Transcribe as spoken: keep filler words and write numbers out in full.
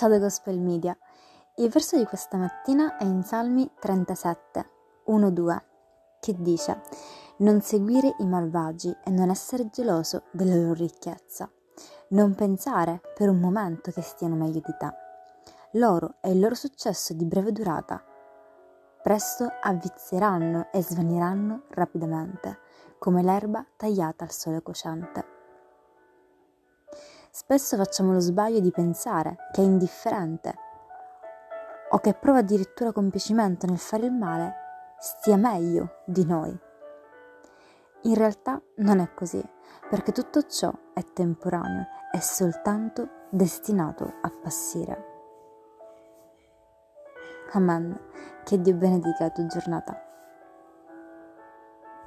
Ciao da Gospel Media. Il verso di questa mattina è in Salmi trentasette, uno due, che dice: non seguire i malvagi e non essere geloso della loro ricchezza. Non pensare per un momento che stiano meglio di te. Loro e il loro successo di breve durata presto avvizieranno e svaniranno rapidamente, come l'erba tagliata al sole cocente. Spesso facciamo lo sbaglio di pensare che è indifferente o che prova addirittura compiacimento nel fare il male stia meglio di noi. In realtà non è così, perché tutto ciò è temporaneo e soltanto destinato a passare. Amen. Che Dio benedica la tua giornata.